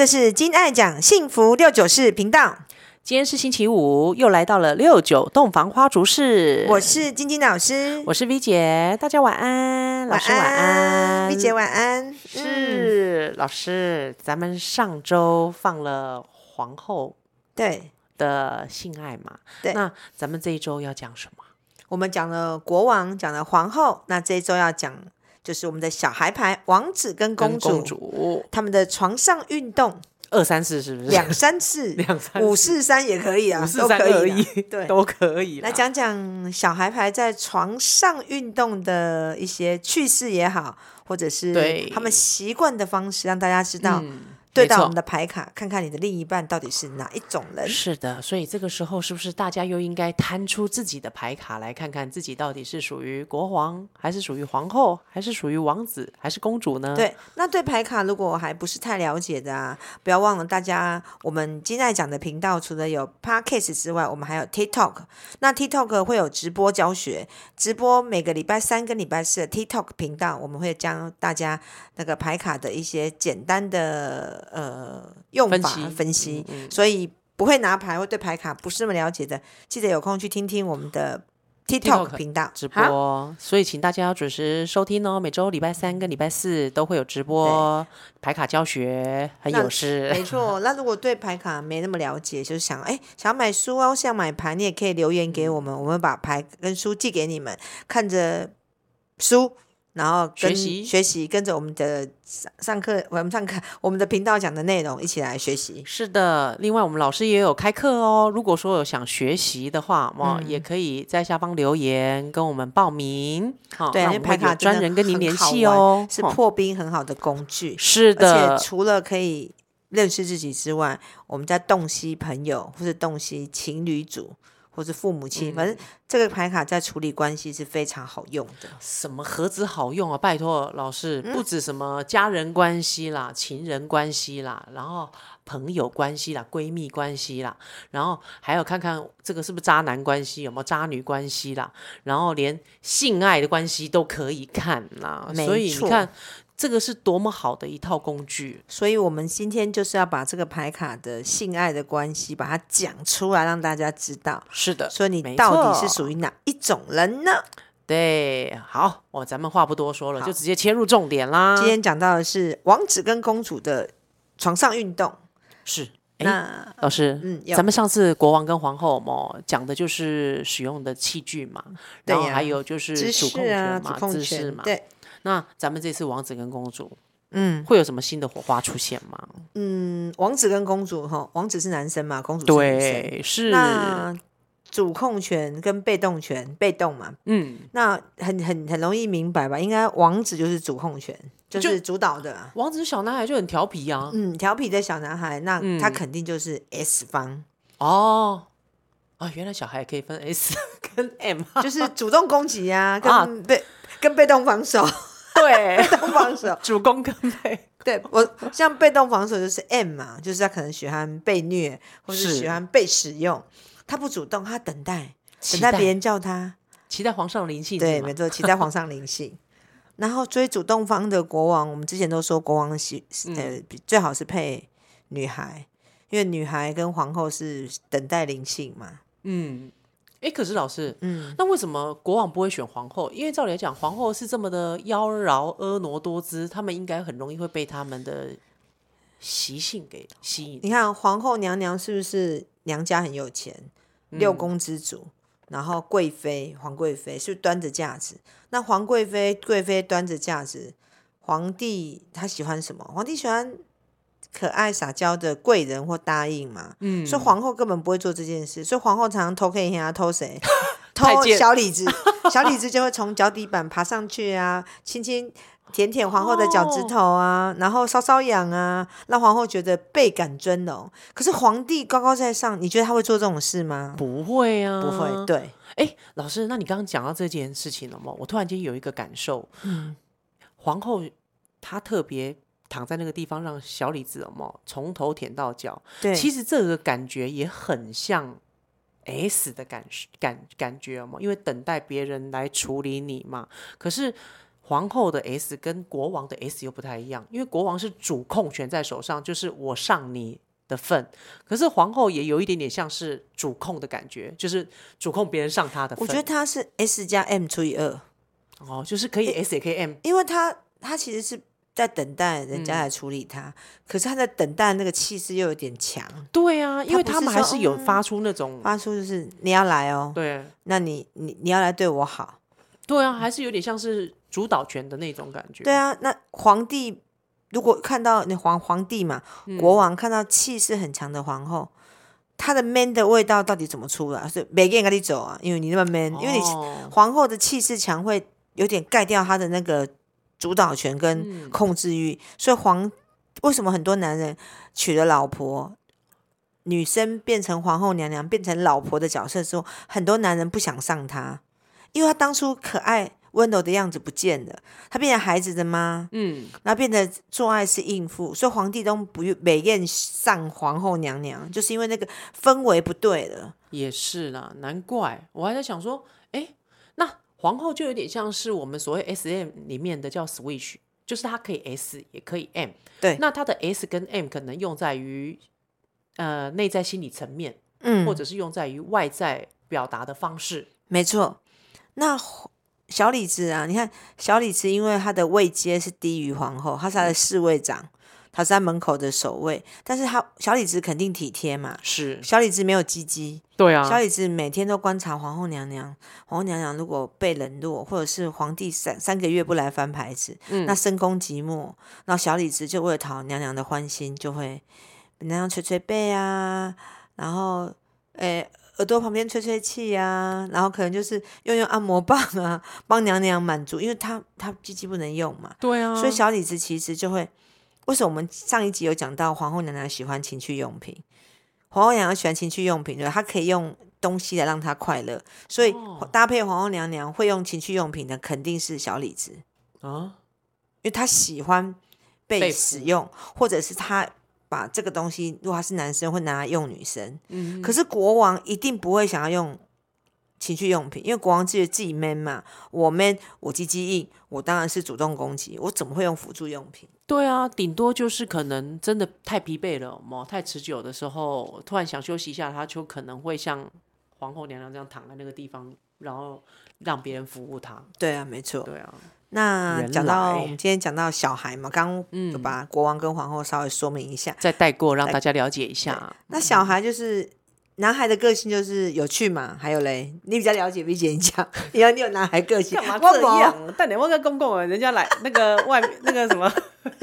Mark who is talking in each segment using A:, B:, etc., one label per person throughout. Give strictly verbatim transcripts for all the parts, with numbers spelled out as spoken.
A: 这是金爱讲幸福六九四频道。
B: 今天是星期五，又来到了六九洞房花烛事。
A: 我是晶晶老师，
B: 我是 V 姐，大家晚安，老师晚安
A: ，V 姐晚安。
B: 是、嗯、老师，咱们上周放了皇后
A: 对
B: 的性爱嘛，
A: 对，
B: 那咱们这一周要讲什么？
A: 我们讲了国王，讲了皇后，那这一周要讲就是我们的小孩牌王子跟公主，
B: 公主
A: 他们的床上运动。
B: 二三四是不是？
A: 两三次，
B: 两三
A: 五四三也可以啊，
B: 五四三而已，
A: 对，
B: 都可以。
A: 来讲讲小孩牌在床上运动的一些趣事也好，或者是他们习惯的方式，让大家知道。嗯，对到我们的牌卡，看看你的另一半到底是哪一种人。
B: 是的，所以这个时候是不是大家又应该摊出自己的牌卡来看看自己到底是属于国王，还是属于皇后，还是属于王子，还是公主呢？
A: 对，那对牌卡如果还不是太了解的啊，不要忘了大家，我们今天讲的频道除了有 Podcast 之外，我们还有 TikTok。那 TikTok 会有直播教学，直播每个礼拜三跟礼拜四的 TikTok 频道，我们会教大家那个牌卡的一些简单的呃，用法分析，分析嗯嗯，所以不会拿牌或对牌卡不是那么了解的，记得有空去听听我们的 TikTok 频道
B: 直播。所以请大家要准时收听哦，每周礼拜三跟礼拜四都会有直播牌卡教学，很有事。
A: 没错，那如果对牌卡没那么了解，就是想哎想要买书啊，想买牌，你也可以留言给我们，嗯、我们把牌跟书寄给你们，看着书。然后跟
B: 学习
A: 学习，跟着我们的上课，我们上课我们的频道讲的内容一起来学习。
B: 是的，另外我们老师也有开课哦。如果说有想学习的话，哦嗯、也可以在下方留言跟我们报名。哦、
A: 对，因为牌卡
B: 专人跟您联系哦，
A: 是破冰很好的工具。
B: 是的，
A: 而且除了可以认识自己之外，我们在洞悉朋友或是洞悉情侣组。或是父母亲、嗯，反正这个牌卡在处理关系是非常好用的。
B: 什么何止好用啊！拜托老师，嗯、不止什么家人关系啦、情人关系啦，然后朋友关系啦、闺蜜关系啦，然后还有看看这个是不是渣男关系，有没有渣女关系啦，然后连性爱的关系都可以看啦。所以你看。这个是多么好的一套工具，
A: 所以我们今天就是要把这个牌卡的性爱的关系把它讲出来，让大家知道。
B: 是的，
A: 所以你到底是属于哪一种人呢？
B: 对，好，哦，咱们话不多说了，就直接切入重点啦。
A: 今天讲到的是王子跟公主的床上运动。
B: 是，那老师，嗯，咱们上次国王跟皇后嘛，讲的就是使用的器具嘛，然后还有就是主控权嘛，姿势嘛，
A: 对。
B: 那咱们这次王子跟公主，嗯，会有什么新的火花出现吗？
A: 嗯，王子跟公主哈，王子是男生嘛，公主是女生，
B: 对，是。
A: 那主控权跟被动权，被动嘛，嗯，那很很很容易明白吧？应该王子就是主控权，就是主导的。
B: 王子小男孩就很调皮啊，
A: 嗯，调皮的小男孩，那他肯定就是 S 方、
B: 嗯、哦。啊，原来小孩也可以分 S 跟 M，
A: 就是主动攻击啊，跟被、啊、跟被动防守。
B: 对，
A: 被动防守，
B: 主攻跟被。
A: 对，我像被动防守就是 M 嘛，就是他可能喜欢被虐，或是喜欢被使用。他不主动，他等待，等待别人叫他，
B: 期待皇上临幸。
A: 对，没错，期待皇上临幸。然后追主动方的国王，我们之前都说国王喜、嗯、呃最好是配女孩，因为女孩跟皇后是等待临幸嘛。
B: 嗯。哎，可是老师，嗯，那为什么国王不会选皇后？因为照理来讲，皇后是这么的妖娆、婀娜多姿，他们应该很容易会被他们的习性给吸引。
A: 你看，皇后娘娘是不是娘家很有钱，嗯、六宫之主，然后贵妃、皇贵妃是不是端着架子？那皇贵妃、贵妃端着架子，皇帝他喜欢什么？皇帝喜欢可爱撒娇的贵人或答应嘛，嗯，所以皇后根本不会做这件事，所以皇后常常偷看一下，偷谁？偷小李子，小李子就会从脚底板爬上去啊，轻轻舔舔皇后的脚趾头啊，哦、然后搔搔痒啊，让皇后觉得倍感尊荣。可是皇帝高高在上，你觉得他会做这种事吗？
B: 不会啊，
A: 不会。对，
B: 哎，老师，那你刚刚讲到这件事情了吗？我突然间有一个感受，嗯，皇后她特别。躺在那个地方让小李子有从头舔到脚，对，其实这个感觉也很像 S 的感感感觉有因为等待别人来处理你嘛。可是皇后的 S 跟国王的 S 又不太一样，因为国王是主控权在手上，就是我上你的份，可是皇后也有一点点像是主控的感觉，就是主控别人上她的份。
A: 我觉得她是 S 加 M 除以二，
B: 哦，就是可以 S 也可以 M，
A: 因为她她其实是在等待人家来处理她，嗯、可是她在等待那个气势又有点强。
B: 对啊，因为他们还是有发出那种、
A: 嗯、发出就是你要来哦，
B: 对，
A: 那你你你要来对我好，
B: 对啊，还是有点像是主导权的那种感觉。
A: 对啊，那皇帝如果看到那皇皇帝嘛，嗯、国王看到气势很强的皇后，他的 man 的味道到底怎么出来？是没跟你走啊，因为你那么 man，、哦、因为你皇后的气势强会有点盖掉他的那个主导权跟控制欲，嗯、所以皇为什么很多男人娶了老婆，女生变成皇后娘娘，变成老婆的角色之后，很多男人不想上她，因为她当初可爱温柔的样子不见了，她变成孩子的妈，嗯，然后变成做爱是应付，所以皇帝都不没愿上皇后娘娘，就是因为那个氛围不对了。
B: 也是啦，难怪我还在想说，哎，那皇后就有点像是我们所谓 S M 里面的叫 switch， 就是它可以 S 也可以 M，
A: 对，
B: 那它的 S 跟 M 可能用在于呃内在心理层面，
A: 嗯，
B: 或者是用在于外在表达的方式。
A: 没错，那小李子啊，你看小李子，因为他的位阶是低于皇后，他是他的侍卫长，他是在门口的守卫，但是他小李子肯定体贴嘛，
B: 是
A: 小李子没有鸡鸡，
B: 对啊，
A: 小李子每天都观察皇后娘娘，皇后娘娘如果被冷落，或者是皇帝三三个月不来翻牌子，嗯、那深宫寂寞，然后小李子就为了讨娘娘的欢心，就会娘娘捶捶背啊，然后诶。耳朵旁边吹吹气啊，然后可能就是用用按摩棒啊，帮娘娘满足，因为她她鸡鸡不能用嘛。
B: 对啊，
A: 所以小李子其实就会，为什么我们上一集有讲到皇后娘娘喜欢情趣用品，皇后娘娘喜欢情趣用品，对，她可以用东西来让她快乐，所以搭配皇后娘娘会用情趣用品的肯定是小李子啊，因为她喜欢被使用，或者是她。把这个东西，如果他是男生会拿来用女生，嗯、可是国王一定不会想要用情趣用品，因为国王自己自己 man 嘛，我 man 我鸡鸡硬，我当然是主动攻击，我怎么会用辅助用品？
B: 对啊，顶多就是可能真的太疲惫了，太持久的时候，突然想休息一下，他就可能会像皇后娘娘这样躺在那个地方，然后让别人服务他。
A: 对啊，没错。
B: 对啊。
A: 那讲到我们今天讲到小孩嘛，刚刚就把国王跟皇后稍微说明一下，
B: 再带过让大家了解一下。
A: 那小孩就是男孩的个性就是有趣嘛，还有嘞，你比较了解 V 姐，你讲，因为你有男孩个性，
B: 干嘛这样？但你我跟公公人家来那个外面那个什么，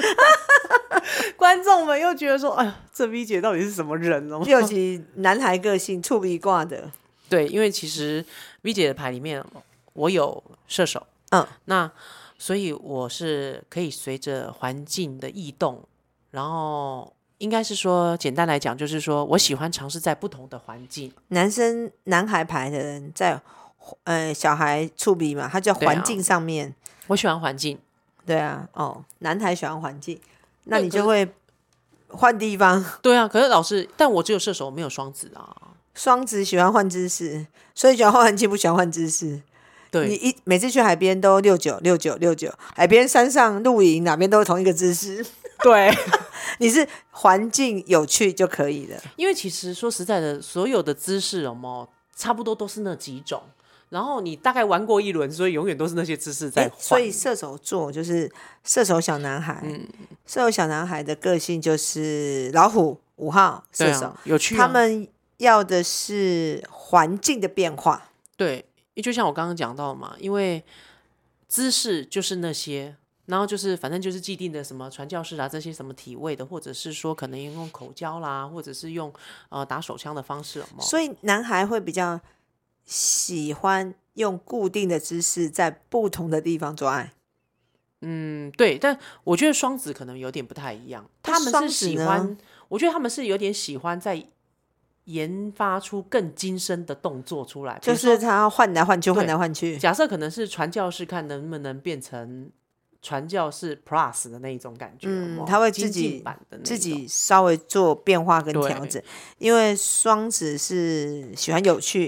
B: 观众们又觉得说，哎呀，这 V 姐到底是什么人哦？
A: 尤其男孩个性触鼻挂的，
B: 对，因为其实 V 姐的牌里面我有射手，嗯，那。所以我是可以随着环境的异动，然后应该是说简单来讲就是说我喜欢尝试在不同的环境。
A: 男生男孩牌的人在呃小孩触鼻嘛，他叫环境上面、
B: 啊、我喜欢环境。
A: 对啊，哦，男孩喜欢环境，那你就会换地方。
B: 对啊，可是老师，但我只有射手，我没有双子啊。
A: 双子喜欢换姿势，所以喜欢换环境，不喜欢换姿势。
B: 对，
A: 你一每次去海边都六九六九六九，海边山上露营哪边都是同一个姿势。
B: 对，
A: 你是环境有趣就可以了。
B: 因为其实说实在的，所有的姿势有没有差不多都是那几种，然后你大概玩过一轮，所以永远都是那些姿势在换。
A: 所以射手座就是射手小男孩，嗯、射手小男孩的个性就是老虎五号射手，
B: 啊、有趣、啊。
A: 他们要的是环境的变化。
B: 对。就像我刚刚讲到嘛，因为姿势就是那些，然后就是反正就是既定的什么传教士啊，这些什么体位的，或者是说可能用口交啦，或者是用呃打手枪的方式有没有，
A: 所以男孩会比较喜欢用固定的姿势在不同的地方做爱。
B: 嗯，对，但我觉得双子可能有点不太一样，他们是喜欢，我觉得他们是有点喜欢在研发出更精深的动作出来，
A: 就是他换来换去换来换去。
B: 假设可能是传教士，看能不能变成传教士 plus 的那一种感觉，嗯，
A: 他会自己自己稍微做变化跟调整。因为双子是喜欢有趣，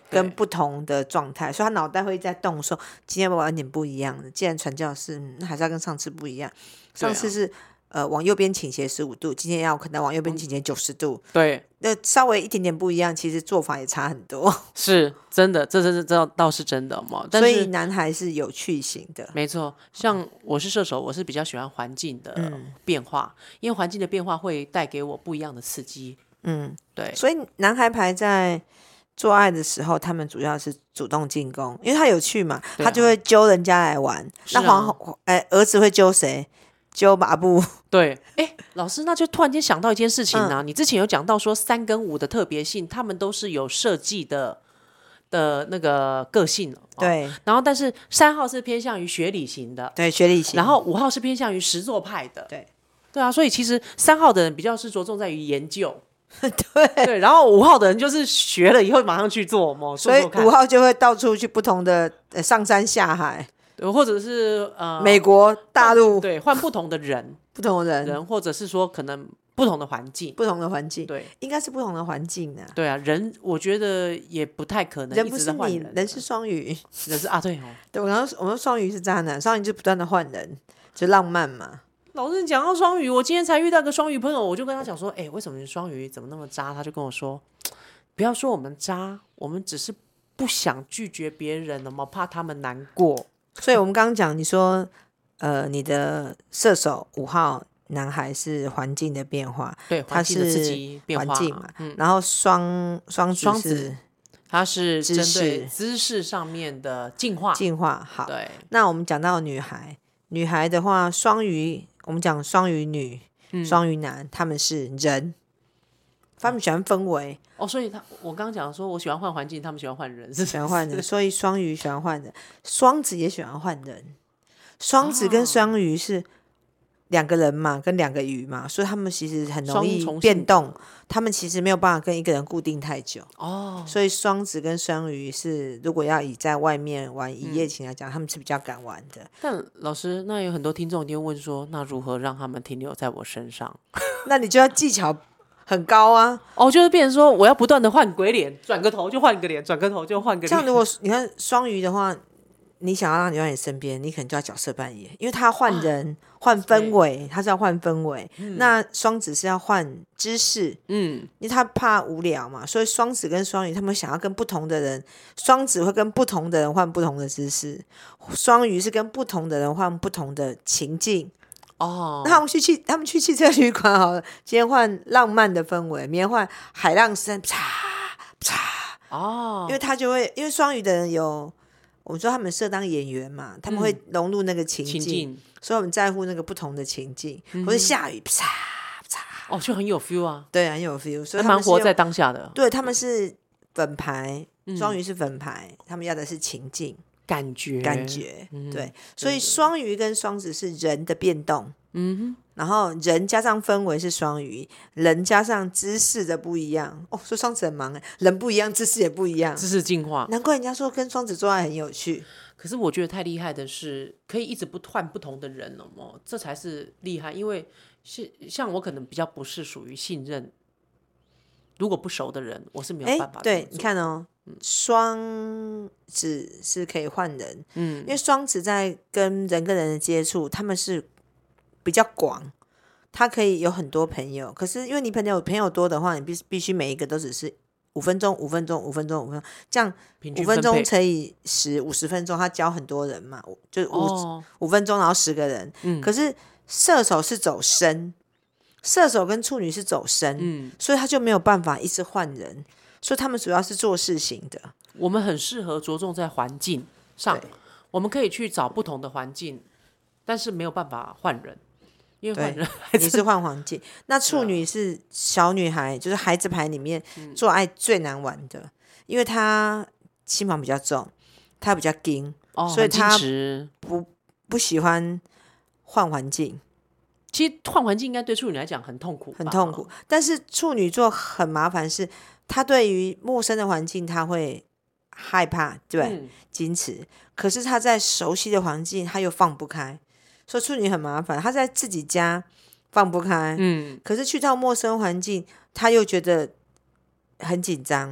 A: 跟不同的状态，所以他脑袋会在动，说今天要不要玩点不一样的？既然传教士、嗯、还是要跟上次不一样。上次是、啊、呃往右边倾斜十五度，今天要可能往右边倾斜九十度。
B: 对，
A: 那稍微一点点不一样，其实做法也差很多。
B: 是真的，这这这倒是真的嘛。但
A: 所
B: 是
A: 以男孩是有趣型的，
B: 没错，像我是射手，我是比较喜欢环境的变化，嗯、因为环境的变化会带给我不一样的刺激。嗯，对。
A: 所以男孩牌在做爱的时候，他们主要是主动进攻，因为他有趣嘛，啊、他就会揪人家来玩。那皇哎、儿子会揪谁？揪马布。
B: 对，哎，老师，那就突然间想到一件事情啊，嗯、你之前有讲到说三跟五的特别性，他们都是有设计的的那个个性。
A: 对、
B: 哦，然后但是三号是偏向于学理型的，
A: 对，学理型，
B: 然后五号是偏向于实作派的，
A: 对，
B: 对啊，所以其实三号的人比较是着重在于研究。
A: 对
B: 对，然后五号的人就是学了以后马上去做嘛，
A: 所以五号就会到处去不同的、呃、上山下海，
B: 对，或者是呃
A: 美国大陆，
B: 对，换不同的人，
A: 不同的人，
B: 人或者是说可能不同的环境，
A: 不同的环境，
B: 对，
A: 应该是不同的环境啊。
B: 对啊，人我觉得也不太可能
A: 人不是你，
B: 人,
A: 人是双鱼，
B: 人是啊，对哦，
A: 对，我刚我说双鱼是渣男，双鱼就不断的换人，就浪漫嘛。
B: 老师讲到双鱼，我今天才遇到个双鱼朋友，我就跟他讲说，哎、欸，为什么你双鱼怎么那么渣？他就跟我说，不要说我们渣，我们只是不想拒绝别人了嘛，怕他们难过。
A: 所以我们刚刚讲，你说，呃，你的射手五号男孩是环境的变化，
B: 对，
A: 他是
B: 环境变化
A: 环境嘛，嗯、然后双双
B: 双
A: 子，
B: 他是针对姿势上面的进化，
A: 进化好。
B: 对，
A: 那我们讲到女孩，女孩的话，双鱼。我们讲双鱼女、双、嗯、鱼男，他们是人，他们喜欢氛围
B: 哦，所以他我刚刚讲说，我喜欢换环境，他们喜欢换人，是
A: 喜欢换人，所以双鱼喜欢换人，双子也喜欢换人，双子跟双鱼是两个人嘛，跟两个鱼嘛，所以他们其实很容易变动，他们其实没有办法跟一个人固定太久哦，所以双子跟双鱼是如果要以在外面玩一夜情来讲、嗯，他们是比较敢玩的。
B: 但老师，那有很多听众一定会问说，那如何让他们停留在我身上？
A: 那你就要技巧很高啊！
B: 哦，就是变成说我要不断的换鬼脸，转个头就换个脸，转个头就换个脸。
A: 这样如果你看双鱼的话，你想要让你在你身边，你可能就要角色扮演，因为他要换人、换、啊、氛围，他是要换氛围。嗯、那双子是要换姿势，嗯，因为他怕无聊嘛，所以双子跟双鱼他们想要跟不同的人，双子会跟不同的人换不同的姿势，双鱼是跟不同的人换不同的情境。哦，那他们去汽他们去汽车旅馆好了，今天换浪漫的氛围，明天换海浪声，啪啪。哦，因为他就会，因为双鱼的人有。我们说他们适合当演员嘛，他们会融入那个情境，嗯、情境所以我们在乎那个不同的情境，嗯、或者下雨，啪啪，
B: 哦，就很有 feel 啊，
A: 对，很有 feel， 所以他们
B: 蛮活在当下的。
A: 对，他们是粉牌，双鱼是粉牌，嗯、他们要的是情境、
B: 感觉、
A: 感觉，嗯、对，所以双鱼跟双子是人的变动，嗯哼。然后人加上氛围是双鱼，人加上姿势的不一样哦，所以双子很忙哎，人不一样，姿势也不一样，
B: 姿势进化，
A: 难怪人家说跟双子做爱很有趣。
B: 可是我觉得太厉害的是，可以一直不换不同的人了嘛，这才是厉害。因为是像我可能比较不是属于信任，如果不熟的人，我是没有办法。
A: 对，你看哦，双子是可以换人，嗯，因为双子在跟人跟人的接触，他们是。比较广，他可以有很多朋友，可是因为你朋友朋友多的话，你必必须每一个都只是五分钟、五分钟、五分钟、五分钟，这样五分钟乘以十，五十分钟，他教很多人嘛，就五五、哦、分钟，然后十个人。嗯，可是射手是走深，射手跟处女是走深，嗯，所以他就没有办法一直换人，所以他们主要是做事型的。
B: 我们很适合着重在环境上，我们可以去找不同的环境，但是没有办法换人。因为换人
A: 你是换环境，那处女是小女孩，就是孩子牌里面做爱最难玩的，嗯、因为她心房比较重，她比较硬、哦，所以她不不喜欢换环境。
B: 其实换环境应该对处女来讲很痛苦，
A: 很痛苦。但是处女座很麻烦是，她对于陌生的环境她会害怕，对，嗯、矜持。可是她在熟悉的环境，她又放不开。所以处女很麻烦，她在自己家放不开，嗯，可是去到陌生环境，她又觉得很紧张，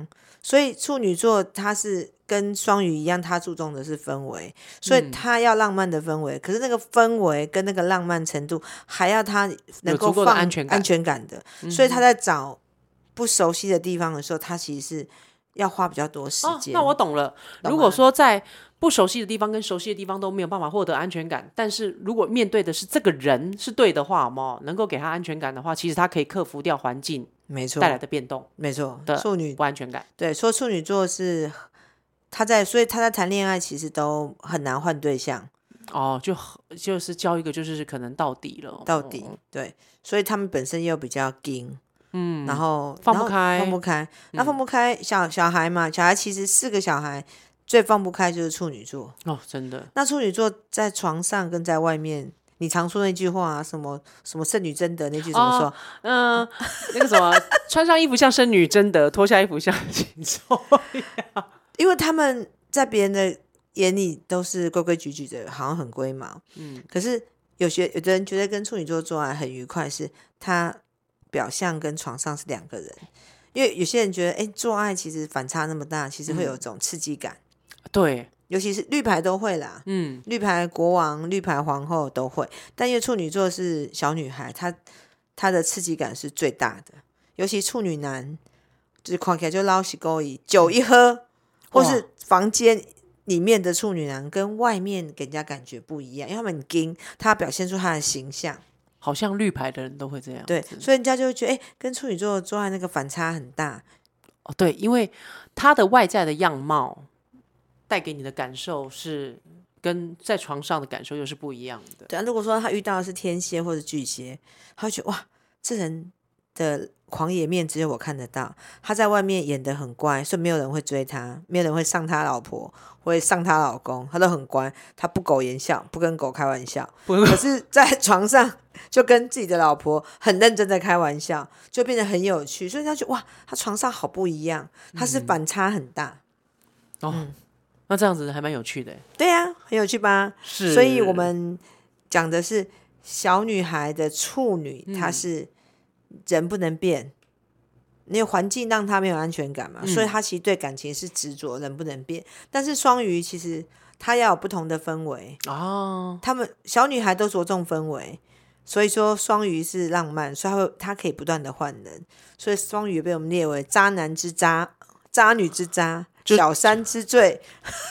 A: 所以处女座它是跟双鱼一样，它注重的是氛围，所以它要浪漫的氛围，嗯、可是那个氛围跟那个浪漫程度还要它能够放
B: 安全感
A: 安全感的，嗯、所以他在找不熟悉的地方的时候，他其实是要花比较多时间。
B: 哦、那我懂了。如果说在不熟悉的地方跟熟悉的地方都没有办法获得安全感，但是如果面对的是这个人是对的话，能够给他安全感的话，其实他可以克服掉环境
A: 没错
B: 带来的变动，
A: 没错，
B: 处女不安全感。
A: 对，说处女座是他在，所以他在谈恋爱其实都很难换对象。
B: 哦，就就是交一个就是可能到底了，
A: 到底、哦、对，所以他们本身又比较硬。
B: 嗯，
A: 然后
B: 放不开，
A: 放不开，那放不开，嗯、小小孩嘛，小孩其实四个小孩最放不开就是处女座
B: 哦，真的。
A: 那处女座在床上跟在外面，你常说那句话啊，什么什么圣女贞德那句怎么说？
B: 嗯、哦呃，那个什么，穿上衣服像圣女贞德，脱下衣服像禽兽一样。
A: 因为他们在别人的眼里都是规规矩矩的，好像很龟毛。嗯，可是有些有的人觉得跟处女座做爱很愉快，是他表象跟床上是两个人，因为有些人觉得，哎，做爱其实反差那么大，其实会有种刺激感。
B: 嗯、对，
A: 尤其是绿牌都会啦，嗯，绿牌国王、绿牌皇后都会，但因为处女座是小女孩，她她的刺激感是最大的。尤其处女男，就是看起来就老实勾引，酒一喝，或是房间里面的处女男跟外面给人家感觉不一样，因为他们很硬，他表现出他的形象。
B: 好像绿牌的人都会这样，
A: 对，所以人家就会觉得，哎，跟处女座做爱那个反差很大。
B: 哦，对，因为他的外在的样貌带给你的感受是跟在床上的感受又是不一样的。
A: 对啊，如果说他遇到的是天蝎或者巨蟹，他会觉得哇，这人的狂野面只有我看得到。他在外面演得很乖，所以没有人会追他，没有人会上他老婆，会上他老公，他都很乖，他不苟言笑，不跟狗开玩笑。可是在床上就跟自己的老婆很认真的开玩笑，就变得很有趣。所以他觉得哇，他床上好不一样，他是反差很大。
B: 嗯、哦、嗯，那这样子还蛮有趣的。
A: 对啊，很有趣吧？
B: 是。
A: 所以我们讲的是小女孩的处女，嗯、她是人不能变，因为环境让她没有安全感嘛，嗯、所以她其实对感情是执着，人不能变。但是双鱼其实她要有不同的氛围哦，他们小女孩都着重氛围，所以说双鱼是浪漫，所以她会她可以不断的换人，所以双鱼被我们列为渣男之渣，渣女之渣，小三之最。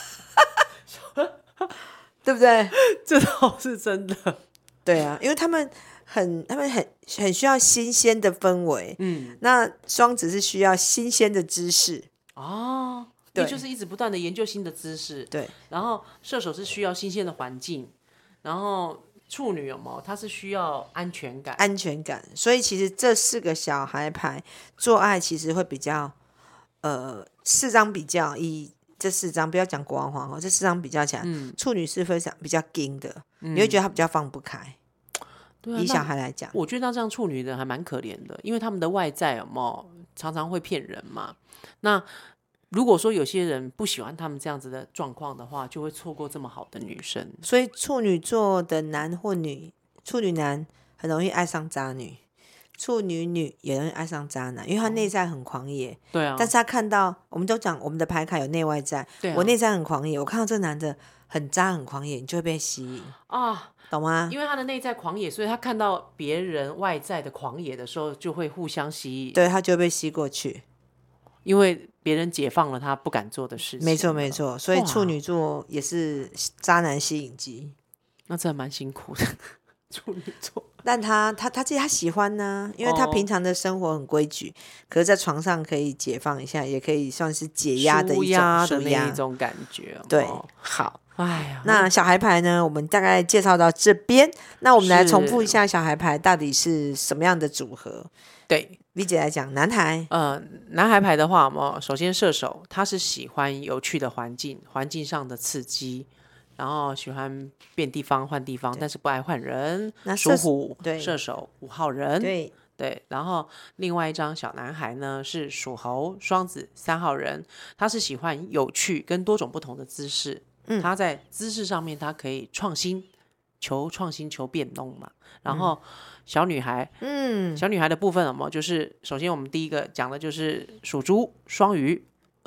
A: 对不对？
B: 这倒是真的。
A: 对啊，因为他们很他们很很需要新鲜的氛围。嗯，那双子是需要新鲜的知识
B: 哦，也就是一直不断的研究新的知识。
A: 对，
B: 然后射手是需要新鲜的环境，然后处女有没有？他是需要安全感，
A: 安全感。所以其实这四个小孩牌做爱其实会比较呃四张比较以。这四张不要讲国王皇后，这四张比较起来，嗯、处女是非常比较硬的，嗯、你会觉得他比较放不开。对啊、以小孩来讲，
B: 我觉得这样处女的还蛮可怜的，因为他们的外在有没有常常会骗人嘛。那如果说有些人不喜欢他们这样子的状况的话，就会错过这么好的女生。
A: 所以处女座的男或女，处女男很容易爱上渣女。处女女也容易爱上渣男，因为他内在很狂野、哦、
B: 对啊，
A: 但是他看到我们都讲我们的牌卡有内外在、啊、我内在很狂野，我看到这男的很渣很狂野，你就会被吸引啊，懂吗？
B: 因为他的内在狂野，所以他看到别人外在的狂野的时候就会互相吸引，
A: 对，他就会被吸过去，
B: 因为别人解放了他不敢做的事情。
A: 没错没错，所以处女座也是渣男吸引机，
B: 那真的蛮辛苦的处女座。
A: 但他他他自己他喜欢呢、啊，因为他平常的生活很规矩、哦，可是在床上可以解放一下，也可以算是解压的一种
B: 舒压的那一种感觉。
A: 对，
B: 哦、
A: 好，
B: 哎呀，
A: 那小孩牌呢？我们大概介绍到这边，那我们来重复一下小孩牌到底是什么样的组合。
B: 对
A: ，V 姐来讲，男孩，
B: 呃，男孩牌的话，我首先射手他是喜欢有趣的环境，环境上的刺激。然后喜欢变地方换地方，但是不爱换人。属虎，
A: 对，
B: 射手五号人，
A: 对
B: 对。然后另外一张小男孩呢是属猴，双子三号人，他是喜欢有趣跟多种不同的姿势。嗯，他在姿势上面他可以创新，求创新求变动嘛。然后小女孩，嗯，小女孩的部分什么？就是首先我们第一个讲的就是属猪、双鱼、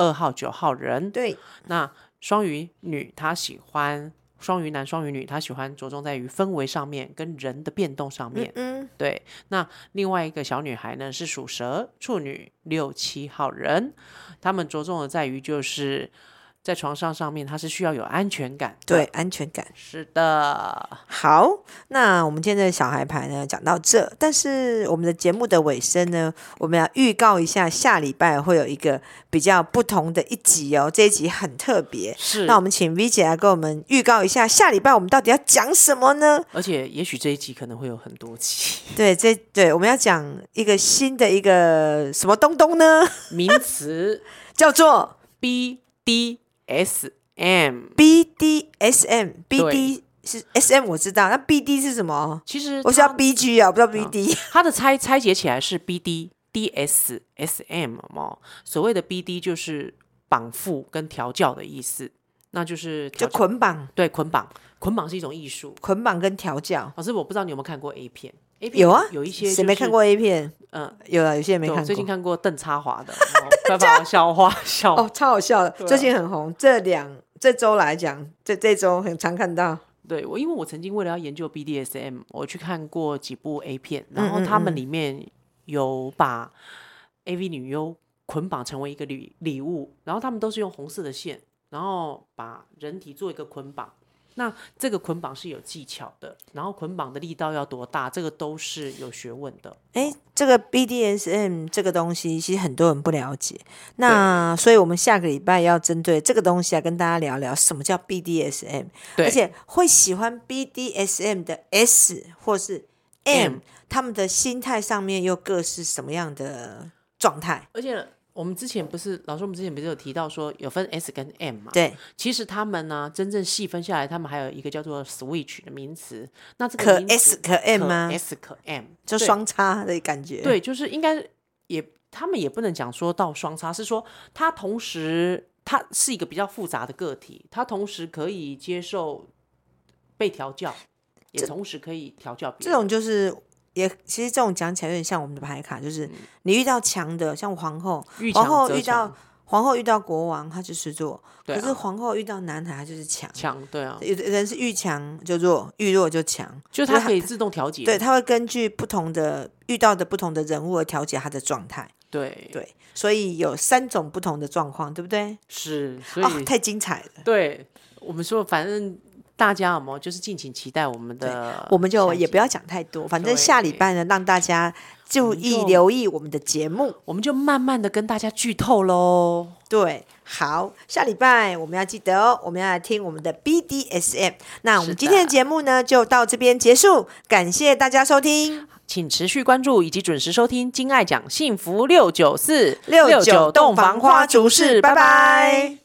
B: 二号、九号人。
A: 对，
B: 那双鱼女她喜欢双鱼男、双鱼女，她喜欢着重在于氛围上面跟人的变动上面。
A: 嗯嗯，
B: 对，那另外一个小女孩呢是属蛇、处女、六七号人，她们着重的在于就是在床上上面，她是需要有安全感的。
A: 对，安全感。
B: 是的。
A: 好，那我们今天的小孩牌呢讲到这，但是我们的节目的尾声呢，我们要预告一下，下礼拜会有一个比较不同的一集哦，这一集很特别。
B: 是，
A: 那我们请 V 姐来跟我们预告一下，下礼拜我们到底要讲什么呢？
B: 而且也许这一集可能会有很多集。
A: 对，这对我们要讲一个新的一个什么东东呢？
B: 名词
A: 叫做
B: B D S M。
A: B D S M。B D 是 S M 我知道，那 B D 是什么？
B: 其实
A: 我是要 B G 啊，我不知道 B D。
B: 它的拆拆解起来是 B D D S S M 嘛，所谓的 B D 就是绑缚跟调教的意思，那就是
A: 就捆绑。
B: 对，捆绑，捆绑是一种艺术。
A: 捆绑跟调教。
B: 老师，我不知道你有没有看过 A 片？A 片
A: 有啊，
B: 有一些、就是、
A: 谁没看过 A 片？
B: 嗯，
A: 有啊，有些人没看过。
B: 最近看过邓插华的，快把笑话笑
A: 哦，超好笑的，
B: 啊、
A: 最近很红。这两这周来讲，这这周很常看到。
B: 对，我因为我曾经为了要研究 B D S M， 我去看过几部 A 片，然后他们里面有把 A V 女优捆绑成为一个礼礼物，然后他们都是用红色的线，然后把人体做一个捆绑。那这个捆绑是有技巧的，然后捆绑的力道要多大，这个都是有学问的。
A: 哎，这个 B D S M 这个东西，其实很多人不了解。那所以我们下个礼拜要针对这个东西来跟大家聊聊什么叫 B D S M， 而且会喜欢 B D S M 的 S 或是 M， 他们的心态上面又各是什么样的状态？
B: 而且我们之前不是老师，我们之前不是有提到说有分 S 跟 M 嘛？
A: 对，
B: 其实他们呢，真正细分下来，他们还有一个叫做 switch 的名词。那这
A: 个名词可 S 可 M 吗？
B: 可 S 可 M，
A: 就双叉的感觉。
B: 对，就是应该也，他们也不能讲说到双叉，是说它同时它是一个比较复杂的个体，它同时可以接受被调教，也同时可以调教别人。
A: 这种就是也其实这种讲起来有点像我们的牌卡，就是你遇到强的，像皇后，皇后遇到皇后遇到国王，他就是弱；
B: 啊、
A: 可是皇后遇到男孩，他就是强。
B: 强，对啊。
A: 有的人是遇强就弱，遇弱就强，
B: 就他可以自动调节。
A: 对，他会根据不同的遇到的不同的人物而调节他的状态。
B: 对
A: 对，所以有三种不同的状况，对不对？
B: 是，所以、
A: 哦、太精彩了。
B: 对，我们说反正。大家有没有就是敬请期待我们的，
A: 我们就也不要讲太多，反正下礼拜呢，让大家注意留意我们的节目，
B: 我们就慢慢的跟大家剧透咯。
A: 对，好，下礼拜我们要记得哦，我们要来听我们的 B D S M。那我们今天的节目呢，就到这边结束，感谢大家收听，
B: 请持续关注以及准时收听金爱讲幸福六九四
A: 六九洞房花烛事，拜拜。